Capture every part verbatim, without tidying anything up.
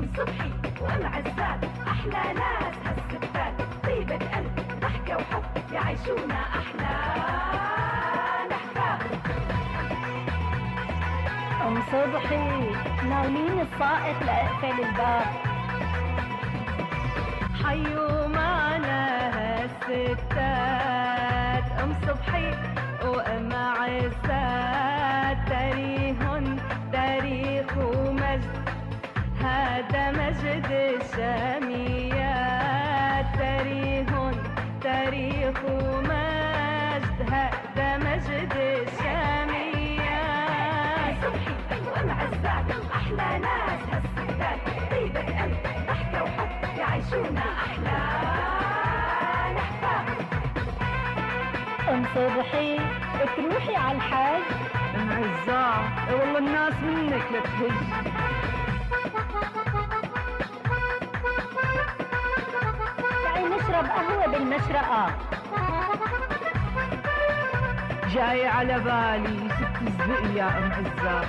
صبحي وام عزات احلى ناس هالستات، طيبة قلب ضحكة وحب يعيشونا احلى نحفاد. ام صبحي ناولين السائق لاقفل الباب. حيوا معنا هالستات، ام صبحي وام عزات، تاريخن تاريخ ومجد، هذا مجد الشاميات، تاريخن تاريخ ومجد، هذا مجد الشاميات. صبحي وام عزات احلى ناس هالستات، طيبة قلب ضحكة وحب يعيشونا احلى نحفاد. ام صبحي تروحي على الحاج. ام عزات والله الناس منك لتهج. تعي نشرب قهوة بالمشرقة. جاي على بالي ست زبق يا ام عزات.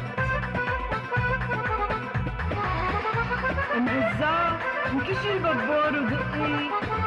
ام عزات انكشي البابور ودقي.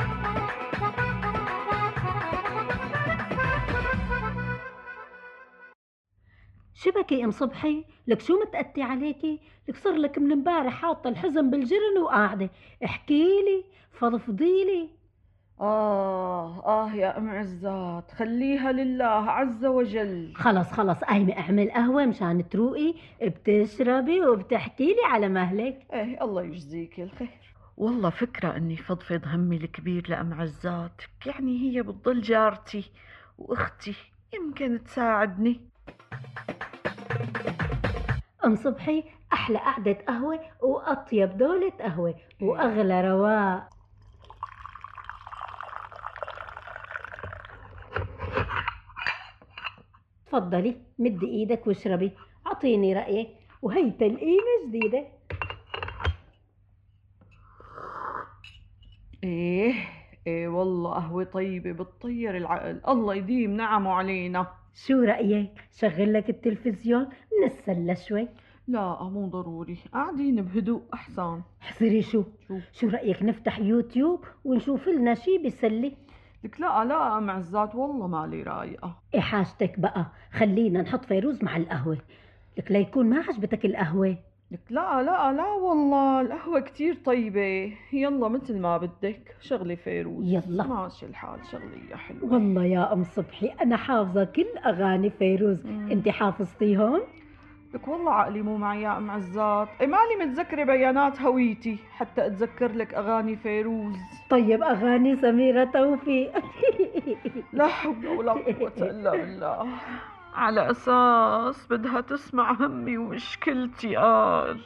شبكي ام صبحي؟ لك شو متأتي عليكي؟ لك صار لك من امبارح حاطه الحزن بالجرن وقاعده، احكي لي فضفضي لي. آه آه يا أم عزات، خليها لله عز وجل. خلص خلص قايمة اعمل قهوة مشان تروقي، بتشربي وبتحكي لي على مهلك. ايه الله يجزيك الخير. والله فكرة اني فضفض همي الكبير لأم عزات، يعني هي بتضل جارتي واختي، يمكن تساعدني. ام صبحي احلى قعدة قهوة واطيب دولة قهوة واغلى رواق. تفضلي مدي ايدك واشربي، اعطيني رأيك، وهي تلقيمة جديدة. ايه ايه والله قهوة طيبة بتطير العقل، الله يديم نعمه علينا. شو رأيك شغل لك التلفزيون نتسلى شوي؟ لا مو ضروري، قاعدين بهدوء احسن. حصري شو شو شو رأيك نفتح يوتيوب ونشوف لنا شي بيسلي؟ لك لا لا ام عزات والله مالي رايقة. ايه حاجتك بقى، خلينا نحط فيروز مع القهوة، لك ليكون ما عجبتك القهوة. لك لا لا لا والله القهوة كتير طيبة، يلا مثل ما بدك شغلي فيروز. يلا ماشي الحال شغلي يا حلوة. والله يا ام صبحي انا حافظة كل اغاني فيروز. مم. انت حافظتيهم؟ لك والله عقلي مو معي يا ام عزات، إيه مالي متذكرة بيانات هويتي حتى اتذكر لك اغاني فيروز. طيب اغاني سميرة توفيق. لا حول ولا قوة الا بالله، على اساس بدها تسمع همي ومشكلتي. قال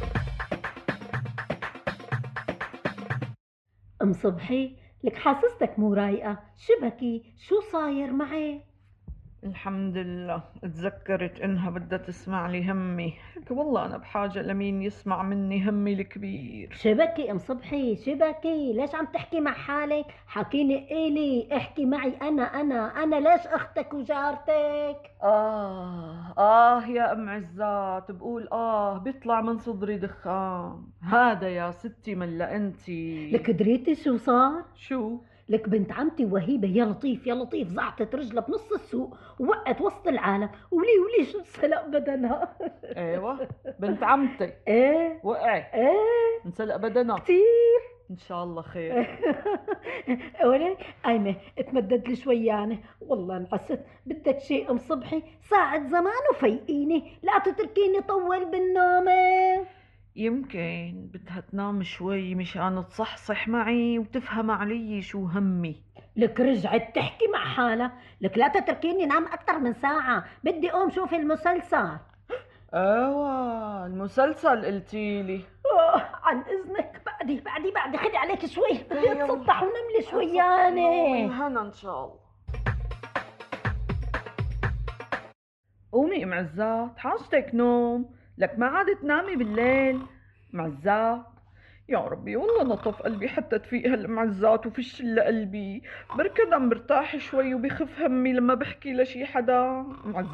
ام صبحي لك حاسستك مو رايقة، شبكي شو صاير معي؟ الحمد لله تذكرت انها بدها تسمع لي همي، لك والله انا بحاجة لمين يسمع مني همي الكبير. شبكي ام صبحي شبكي، ليش عم تحكي مع حالك؟ حكيني إلي، احكي معي انا انا انا ليش اختك وجارتك؟ آه آه يا أم عزات، بقول آه بيطلع من صدري دخان، هذا يا ستي من لأنتي. لك دريتي شو صار؟ شو؟ لك بنت عمتي وهيبة يا لطيف يا لطيف زعطت رجلها بنص السوق ووقت وسط العالم، ولي ولي شو انسلق بدنها. ايوه بنت عمتي ايه وقعت ايه انسلق بدنها. كتير. ان شاء الله خير. ولي قايمة اتمدد لي شوي يعني، والله انعست. بدك شيء ام صبحي؟ ساعة زمان وفيقيني، لا تتركيني طول بالنومة. يمكن بدها تنام شوي مشان تصحصح معي وتفهم علي شو همي. لك رجعت تحكي مع حالها، لك لا تتركيني نام أكثر من ساعة، بدي أقوم شوف المسلسل. ايوه المسلسل قلتيلي. أوه عن إذنك، بعدي بعدي بعدي خدي عليك شوي، بدي أتسطح ونم لي شوي يعني. هنا إن شاء الله. قومي ام عزات حاجتك نوم، لك ما عاد تنامي بالليل. معزات يا ربي والله نطف قلبي حتى تفيق هالمعزات وفش الا قلبي، بركض عم برتاح شوي وبخف همي لما بحكي لشي حدا.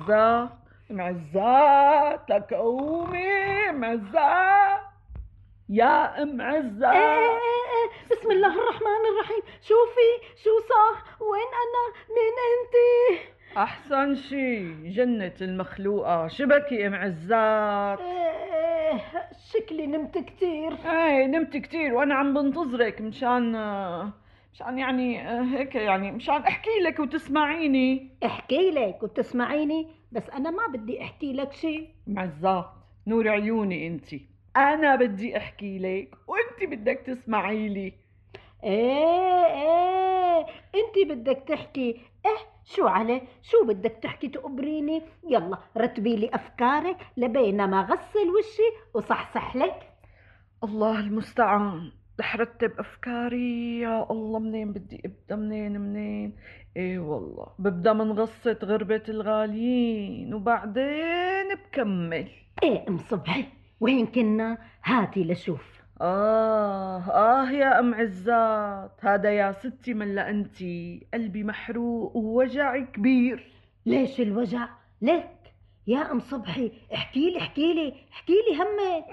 معزات معزات لك قومي معزات. يا ام ايه عزة. ايه ايه ايه بسم الله الرحمن الرحيم. شوفي شو صار، وين انا، مين انتي؟ احسن شي جنة المخلوقة، شبكي ام عزات؟ ايه شكلي نمت كتير. ايه نمت كتير وانا عم بنتظرك مشان مشان يعني هيك يعني مشان احكي لك وتسمعيني. احكي لك وتسمعيني، بس انا ما بدي احكي لك شيء. ام عزات نور عيوني انتي، انا بدي احكي لك وانتي بدك تسمعي لي. ايه ايه انتي بدك تحكي. ايه شو عليه، شو بدك تحكي تقبريني؟ يلا رتبي لي افكارك لبينما غسل وشي وصحصح لك. الله المستعان، رح رتب افكاري. يا الله منين بدي ابدا، منين منين؟ ايه والله ببدا من قصة غربة الغاليين وبعدين بكمل. ايه ام صبحي، وين كنا؟ هاتي لشوف. آه آه يا أم عزات، هذا يا ستي من لأنتي قلبي محروق ووجعي كبير. ليش الوجع؟ ليك يا ام صبحي، احكي لي احكي لي احكي لي همك.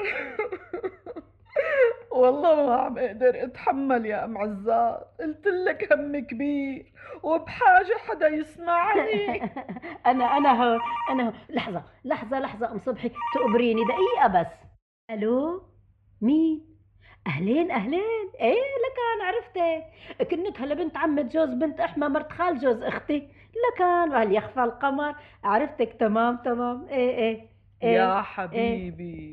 والله ما عم اقدر اتحمل يا ام عزات، قلت لك همي كبير وبحاجة حدا يسمعني. انا انا هو انا هو. لحظه لحظه لحظه ام صبحي، تقبريني دقيقه بس. الو، مين؟ اهلين اهلين. ايه لكان عرفتك، كنك هلا بنت عمة جوز بنت احمى مرت خال جوز اختي. لكان وهل يخفى القمر، عرفتك تمام تمام. ايه ايه ايه يا ايه. حبيبي.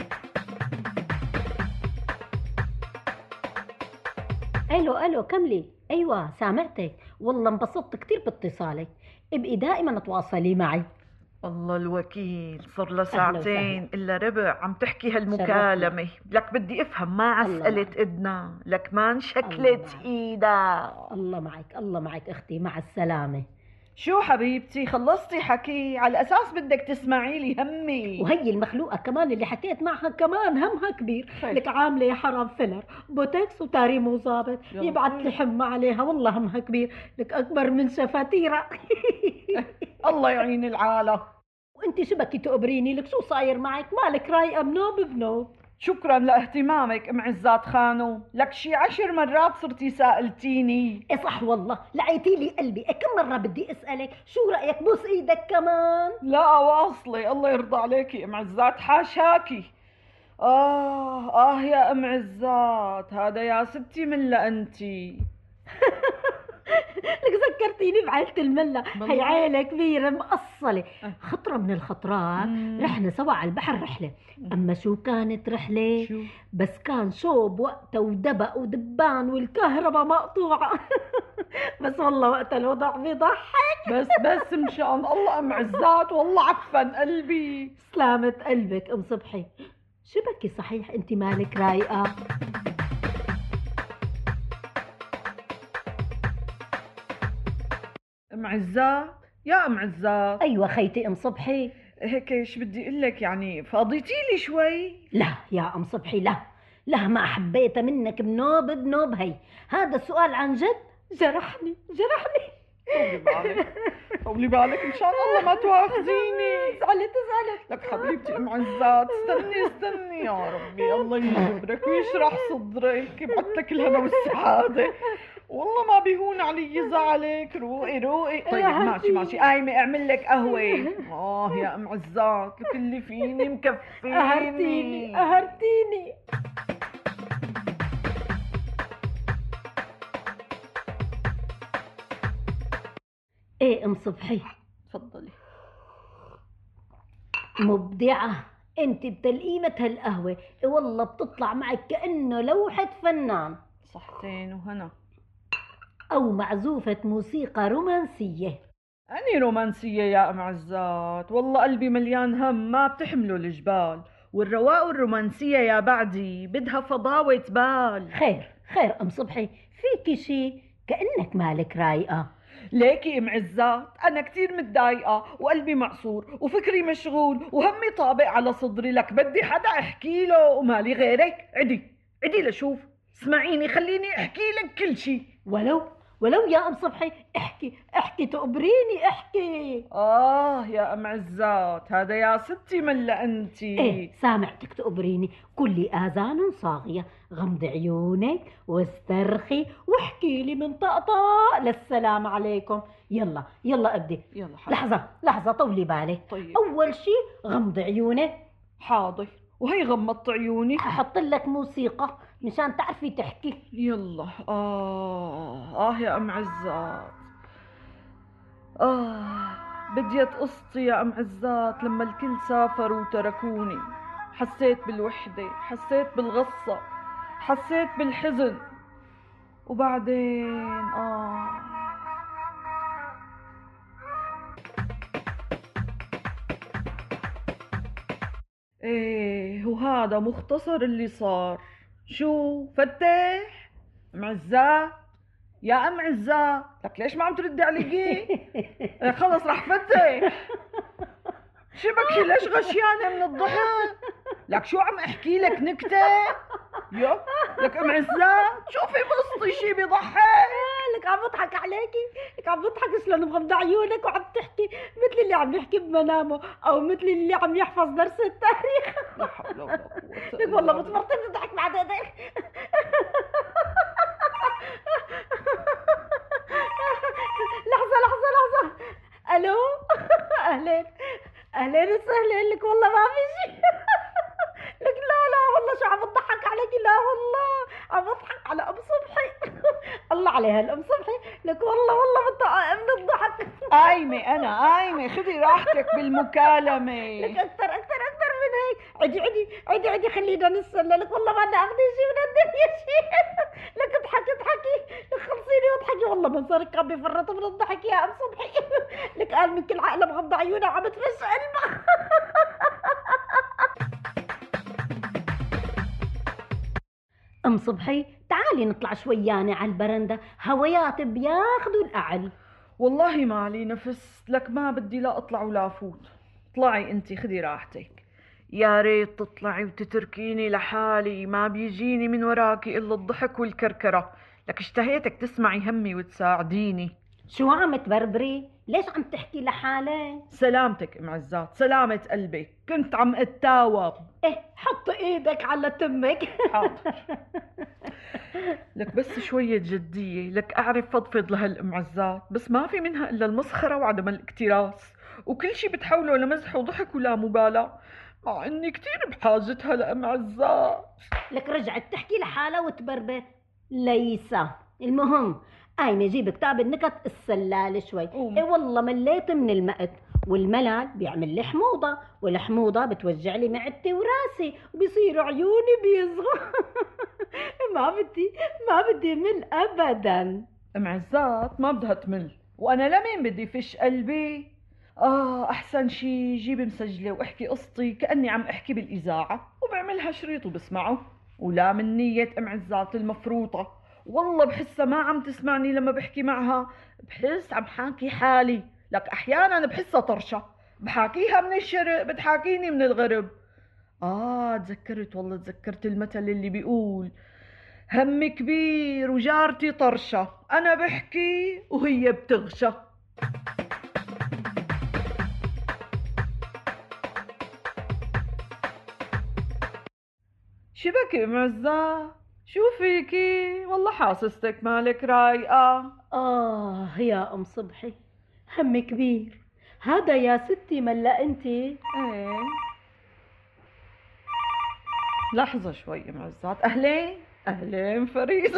الو الو كملي. ايوه سامعتك، والله انبسطت كثير باتصالك. ابقي دائما تواصلي معي. الله الوكيل، صار لها اهلا وسهلا. ساعتين الا ربع عم تحكي هالمكالمة. لك بدي افهم، ما الله عسألت معك. اذنها، لك ما الله انشكلت معك. ايدها. الله معك الله معك اختي، مع السلامه. شو حبيبتي خلصتي حكي؟ على اساس بدك تسمعي لي همي. وهي المخلوقه كمان اللي حكيت معها كمان همها كبير. خير. لك عامله يا حرام فيلر بوتكس وتاريم وظابط، يلا. يبعت لي حمى عليها، والله همها كبير. لك اكبر من شفاتيره. الله يعين العالم. وانت شبكي تقبريني؟ لك شو صاير معك؟ مالك رايقه بنوب بنوب. شكرا لاهتمامك ام عزات خانو، لك شي عشر مرات صرتي سائلتيني. ايه صح والله، لعيتي لي قلبي. إيه كم مره بدي اسالك شو رايك؟ بوس ايدك كمان. لا واصلي، الله يرضى عليكي ام عزات، حاشاكي. آه آه يا أم عزات، هذا يا ستي من لأنتي. لك ذكرتيني بعيلة الملة. والله. هي عيلة كبيرة مقصلة. أه. خطرة من الخطرات مم. رحنا سوا على البحر رحلة. أما شو كانت رحلة؟ شو؟ بس كان شوب وقتها ودبق ودبان والكهرباء مقطوعة. بس والله وقتها الوضع بيضحك. بس بس مشان الله أم عزات، والله عفن قلبي. سلامة قلبك أم صبحي. شو بكي صحيح، أنت مالك رايقة؟ أم عزات يا أم عزات، أيوة خيتي أم صبحي. هيك ايش بدي اقول لك، يعني فاضيتي لي شوي؟ لا يا أم صبحي لا، لا ما حبيتها منك بنوب بنوب. هي هذا السؤال عن جد جرحني جرحني. طولي بالك طولي بالك مشان الله ما تواخذيني. زعلت زعلت. لك حبيبتي ام عزات، استني استني يا ربي الله يجبرك ويشرح صدرك، يبعثلك الهنا والسعادة. والله ما بيهون علي زعلك، روقي روقي. طيب ماشي ماشي، قايمة اعمل لك قهوة. اه يا ام عزات، لك اللي فيني مكفيني. قهرتيني قهرتيني. ايه ام صبحي؟ تفضلي. مبدعة انت بتلقيمة هالقهوة. إيه والله بتطلع معك كأنه لوحة فنان صحتين وهنا. او معزوفة موسيقى رومانسية. أني رومانسية يا أم عزات، والله قلبي مليان هم ما بتحمله الجبال، والرواق والرومانسية يا بعدي بدها فضاوة بال. خير خير ام صبحي، فيكي شي كأنك مالك رايقة. ليكي ام عزات، انا كتير متضايقه وقلبي معصور وفكري مشغول وهمي طابق على صدري، لك بدي حدا احكي له ومالي غيرك. عدي عدي لشوف، اسمعيني خليني احكي لك كل شي. ولو ولو يا ام صبحي احكي احكي تقبريني احكي. آه يا أم عزات، هذا يا ستي ملا أنتي. ايه سامعتك تقبريني، كلي آذان صاغية، غمضي عيونك واسترخي واحكي لي من طقطق للسلام عليكم. يلا يلا ابدي. يلا حاضر. لحظة لحظة طولي بالك. طيب. أول شي غمضي عيونك. حاضر، وهي غمضت عيوني. ححط لك موسيقى مشان تعرفي تحكي. يلا. آه آه يا أم عزات، آه بديت قصتي يا أم عزات. لما الكل سافروا وتركوني حسيت بالوحدة، حسيت بالغصة، حسيت بالحزن. وبعدين آه ايه، وهذا مختصر اللي صار. شو فتح أم عزات؟ يا أم عزات، لك ليش ما عم تردي علي؟ إيه خلص رح فتح. شبكشي ليش غشيانة من الضحك؟ لك شو عم احكي لك نكتة؟ يا لك أم عزات شوفي بقصتي شي بيضحك. لك عم بضحك عليكي، لك عم بضحك شلون مغمضة عيونك وعم تحكي مثل اللي عم يحكي بمنامه او مثل اللي عم يحفظ درس التاريخ. لا حول ولا قوة لك والله بتفرطي بتضحك بعد ايديك. لحظة لحظة لحظة. الو. اهلين اهلين وسهلين. لك والله ما في شيء. لك لا لا والله شو عم بضحك عليكي. لا والله عم بضحك على ام صبحي. الله عليها الام صبحي. لك والله والله بتقع من الضحك. قايمة أنا قايمة، خذي راحتك بالمكالمة. لك أكثر أكثر أكثر من هيك. عدي عدي عدي عدي خلينا نتسلى. لك والله ما بدنا أخذ شيء من الدنيا شيء. لك اضحكي اضحكي. لك خلصيني واضحكي. والله منظرك عم بيفرط من الضحك يا أم صبحي. لك قال من كل عقلة مغمضة عيونها عم تفش قلبها. أم صبحي تعالي نطلع شويانة على البرندة، هويات بياخدوا الأعل. والله ما علي نفس، لك ما بدي لا اطلع ولا افوت. اطلعي انتي خذي راحتك. يا ريت تطلعي وتتركيني لحالي، ما بيجيني من وراكي الا الضحك والكركرة. لك اشتهيتك تسمعي همي وتساعديني. شو عم تبربري؟ ليش عم تحكي لحالك؟ سلامتك ام عزات، سلامة قلبي، كنت عم اتاوب. ايه حط ايدك على تمك. حاضر. لك بس شوية جدية، لك أعرف فضفض لهالأم عزات، بس ما في منها إلا المسخرة وعدم الاكتراث، وكل شي بتحوله لمزح وضحك ولا مبالاة، مع إني كتير بحاجتها لأم عزات. لك رجعت تحكي لحالها وتبربر. ليس المهم قايمة جيب كتاب النكت السلالة شوي. أوم. ايه والله مليت من المقت، والملل بيعمل لي حموضة، والحموضة بتوجع لي معدتي وراسي، وبيصير عيوني بيصغر. ما بدي ما بدي مل ابدا. أم عزات ما بدها تمل، وأنا لمين بدي فش قلبي؟ آه أحسن شي جيبي مسجلة واحكي قصتي كأني عم احكي بالإذاعة، وبعملها شريط وبسمعه. ولا من نية أم عزات المفروطة، والله بحسها ما عم تسمعني لما بحكي معها، بحس عم حاكي حالي. لك أحيانا بحسها طرشة، بحاكيها من الشرق بتحاكيني من الغرب. آه تذكرت، والله تذكرت المثل اللي بيقول هم كبير وجارتي طرشة، أنا بحكي وهي بتغشى. شبكي معزة، شو فيكي؟ والله حاسستك مالك رايقة. آه يا أم صبحي هم كبير. هذا يا ستي ملا أنتي. ايه لحظة شوي معزات. أهلين أهلين فريزة.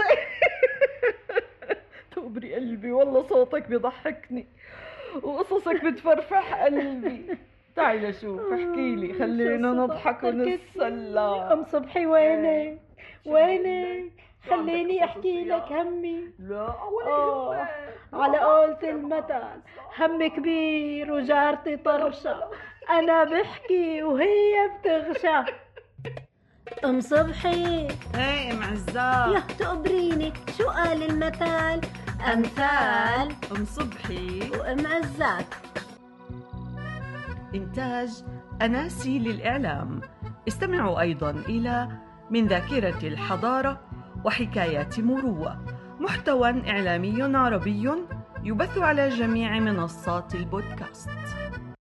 تقبري قلبي، والله صوتك بيضحكني وقصصك بتفرفح قلبي. تعي لشوف احكي لي، خلينا نضحك ونتسلى. أم صبحي وينك وينك؟ خليني أحكي لك همي. لا آه على قولة المثل هم كبير وجارتي طرشة، أنا بحكي وهي بتغشى. أم صبحي ايه ام عزات. يا تقبريني، شو قال المثل؟ أمثال ام صبحي وأم عزات. إنتاج أناسي للإعلام. استمعوا أيضا إلى من ذاكرة الحضارة وحكايات مروة، محتوى إعلامي عربي يبث على جميع منصات البودكاست.